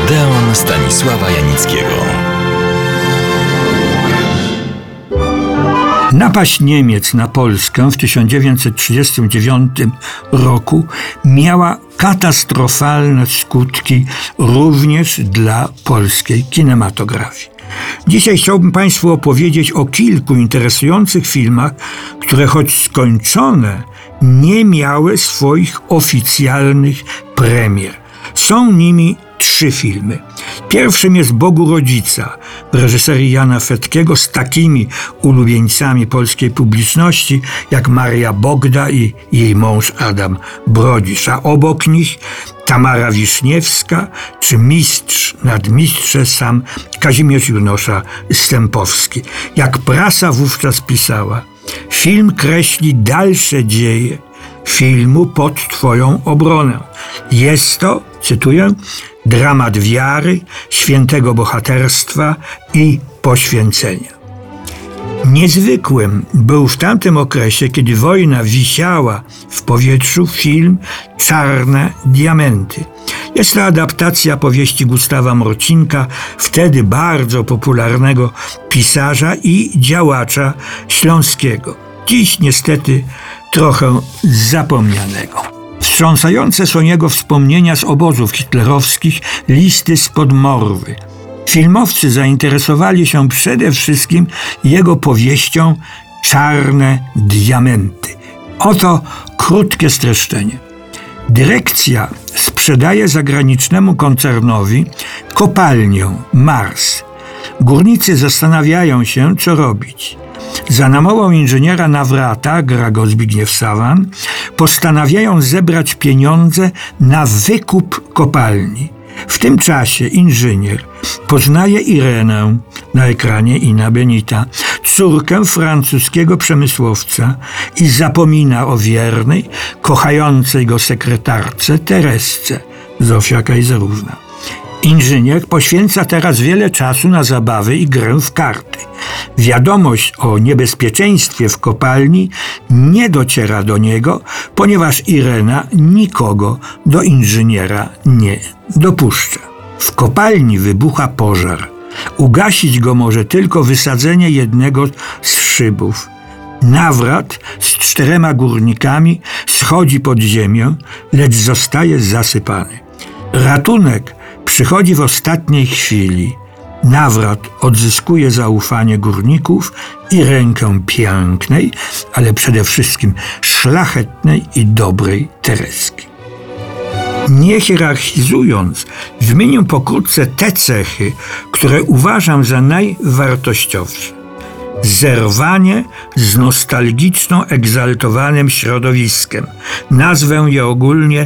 Odeon Stanisława Janickiego. Napaść Niemiec na Polskę w 1939 roku miała katastrofalne skutki również dla polskiej kinematografii. Dzisiaj chciałbym Państwu opowiedzieć o kilku interesujących filmach, które choć skończone, nie miały swoich oficjalnych premier. Są nimi 3 filmy. Pierwszym jest Bogu Rodzica w reżyserii Jana Fetkiego z takimi ulubieńcami polskiej publiczności jak Maria Bogda i jej mąż Adam Brodzisz, a obok nich Tamara Wiszniewska czy mistrz nad mistrze sam Kazimierz Junosza-Stępowski. Jak prasa wówczas pisała, film kreśli dalsze dzieje filmu Pod Twoją obronę. Jest to, cytuję, dramat wiary, świętego bohaterstwa i poświęcenia. Niezwykłym był w tamtym okresie, kiedy wojna wisiała w powietrzu, film Czarne diamenty. Jest to adaptacja powieści Gustawa Mrocinka, wtedy bardzo popularnego pisarza i działacza śląskiego. Dziś niestety trochę zapomnianego. Wstrząsające są jego wspomnienia z obozów hitlerowskich, listy spod Morwy. Filmowcy zainteresowali się przede wszystkim jego powieścią Czarne diamenty. Oto krótkie streszczenie. Dyrekcja sprzedaje zagranicznemu koncernowi kopalnię Mars. Górnicy zastanawiają się, co robić. Za namową inżyniera Nawrata, gra go Zbigniew Sawan, postanawiają zebrać pieniądze na wykup kopalni. W tym czasie inżynier poznaje Irenę, na ekranie Ina Benita, córkę francuskiego przemysłowca i zapomina o wiernej, kochającej go sekretarce Teresce, Zofia Kajzerówna. Inżynier poświęca teraz wiele czasu na zabawy i grę w karty. Wiadomość o niebezpieczeństwie w kopalni nie dociera do niego, ponieważ Irena nikogo do inżyniera nie dopuszcza. W kopalni wybucha pożar. Ugasić go może tylko wysadzenie jednego z szybów. Nawrat z 4 górnikami schodzi pod ziemię, lecz zostaje zasypany. Ratunek przychodzi w ostatniej chwili. Nawrat odzyskuje zaufanie górników i rękę pięknej, ale przede wszystkim szlachetnej i dobrej Tereski. Nie hierarchizując, wymienię pokrótce te cechy, które uważam za najwartościowsze. Zerwanie z nostalgiczno-egzaltowanym środowiskiem. Nazwę je ogólnie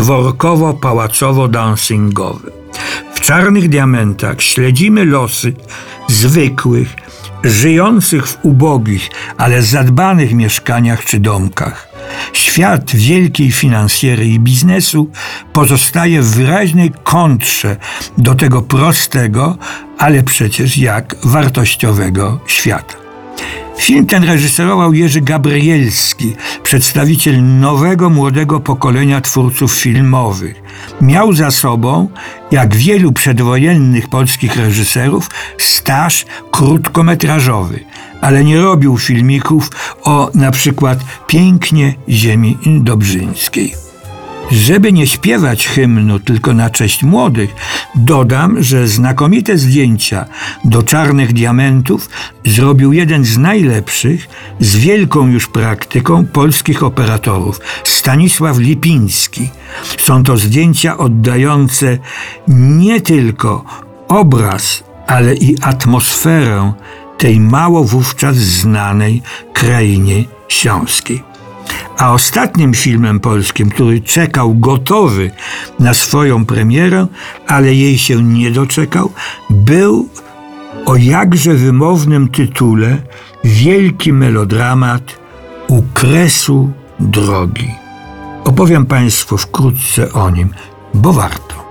dworkowo-pałacowo-dancingowy. W Czarnych diamentach śledzimy losy zwykłych, żyjących w ubogich, ale zadbanych mieszkaniach czy domkach. Świat wielkiej finansjery i biznesu pozostaje w wyraźnej kontrze do tego prostego, ale przecież jak wartościowego świata. Film ten reżyserował Jerzy Gabrielski, przedstawiciel nowego, młodego pokolenia twórców filmowych. Miał za sobą, jak wielu przedwojennych polskich reżyserów, staż krótkometrażowy, ale nie robił filmików o na przykład pięknie ziemi dobrzyńskiej. Żeby nie śpiewać hymnu tylko na cześć młodych, dodam, że znakomite zdjęcia do Czarnych diamentów zrobił jeden z najlepszych, z wielką już praktyką polskich operatorów, Stanisław Lipiński. Są to zdjęcia oddające nie tylko obraz, ale i atmosferę tej mało wówczas znanej krainie śląskiej. A ostatnim filmem polskim, który czekał gotowy na swoją premierę, ale jej się nie doczekał, był o jakże wymownym tytule wielki melodramat U kresu drogi. Opowiem Państwu wkrótce o nim, bo warto.